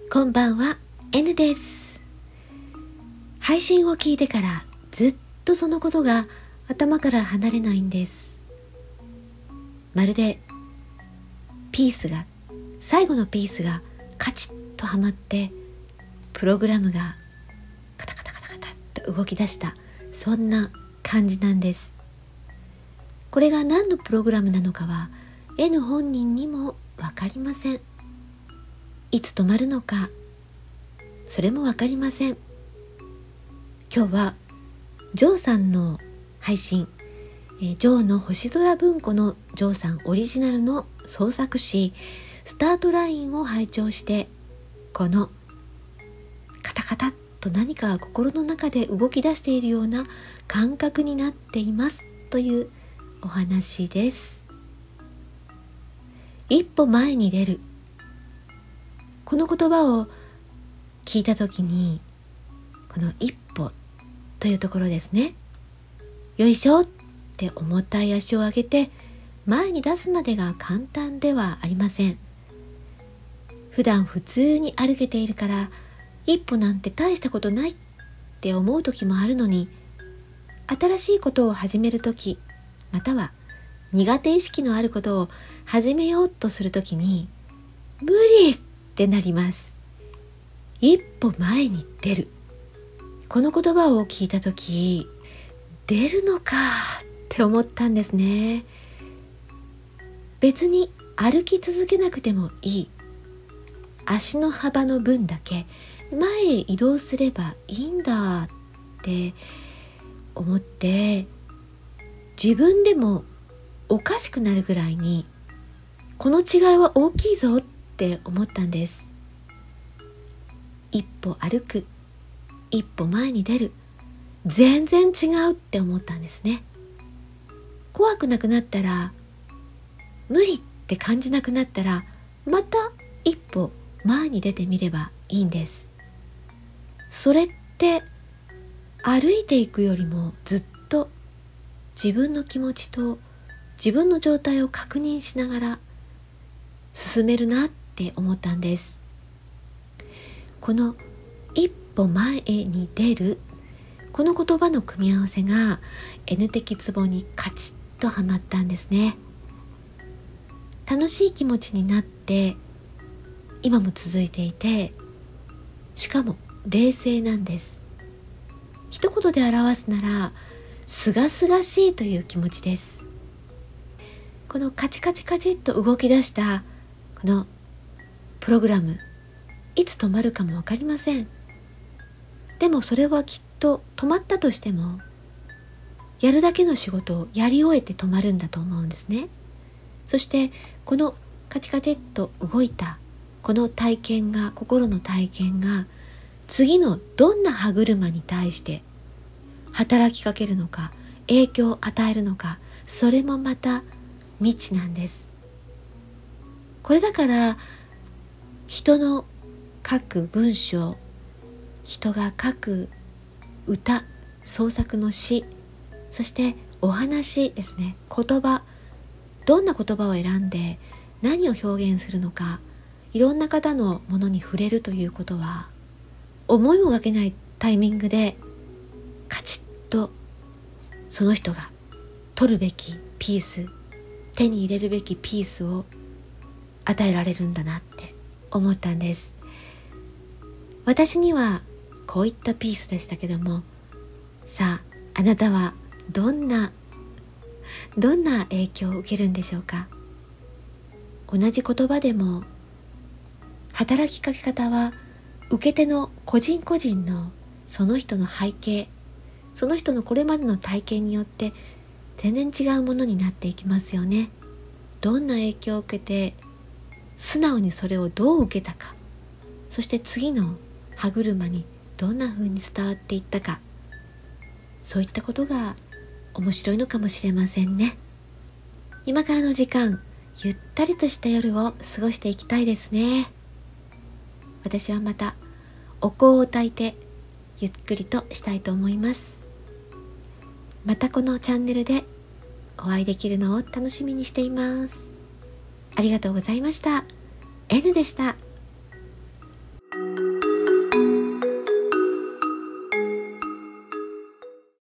こんばんは、N です。配信を聞いてからずっとそのことが頭から離れないんです。まるで最後のピースがカチッとはまって、プログラムがカタカタカタカタっと動き出した、そんな感じなんです。これが何のプログラムなのかは N 本人にもわかりません。いつ止まるのか、それもわかりません。今日はジョーさんの配信、ジョーの星空文庫のジョーさんオリジナルの創作詩スタートラインを拝聴して、このカタカタっと何かが心の中で動き出しているような感覚になっていますというお話です。一歩前に出る、この言葉を聞いたときに、この一歩というところですね。よいしょって重たい足を上げて前に出すまでが簡単ではありません。普段普通に歩けているから一歩なんて大したことないって思う時もあるのに、新しいことを始める時、または苦手意識のあることを始めようとする時に無理ってなります。一歩前に出る、この言葉を聞いた時、出るのかって思ったんですね。別に歩き続けなくてもいい、足の幅の分だけ前へ移動すればいいんだって思って、自分でもおかしくなるぐらいにこの違いは大きいぞって思ったんです。一歩歩く、一歩前に出る、全然違うって思ったんですね。怖くなくなったら、無理って感じなくなったら、また一歩前に出てみればいいんです。それって歩いていくよりもずっと自分の気持ちと自分の状態を確認しながら進めるなって思ったんです。この一歩前に出る、この言葉の組み合わせが N 的ツボにカチッとはまったんですね。楽しい気持ちになって今も続いていて、しかも冷静なんです。一言で表すならすがすがしいという気持ちです。このカチカチカチっと動き出したこのプログラム、いつ止まるかもわかりません。でもそれはきっと止まったとしても、やるだけの仕事をやり終えて止まるんだと思うんですね。そしてこのカチカチっと動いたこの体験が、心の体験が次のどんな歯車に対して働きかけるのか、影響を与えるのか、それもまた未知なんです。これだから人の書く文章、人が書く歌、創作の詩、そしてお話ですね、言葉、どんな言葉を選んで何を表現するのか、いろんな方のものに触れるということは、思いもがけないタイミングでカチッとその人が取るべきピース、手に入れるべきピースを与えられるんだなって思ったんです。私にはこういったピースでしたけども、さあ、あなたはどんな影響を受けるんでしょうか。同じ言葉でも働きかけ方は受け手の個人個人のその人の背景、その人のこれまでの体験によって全然違うものになっていきますよね。どんな影響を受けて素直にそれをどう受けたか、そして次の歯車にどんな風に伝わっていったか、そういったことが面白いのかもしれませんね。今からの時間、ゆったりとした夜を過ごしていきたいですね。私はまたお香を焚いてゆっくりとしたいと思います。またこのチャンネルでお会いできるのを楽しみにしています。ありがとうございました。N でした。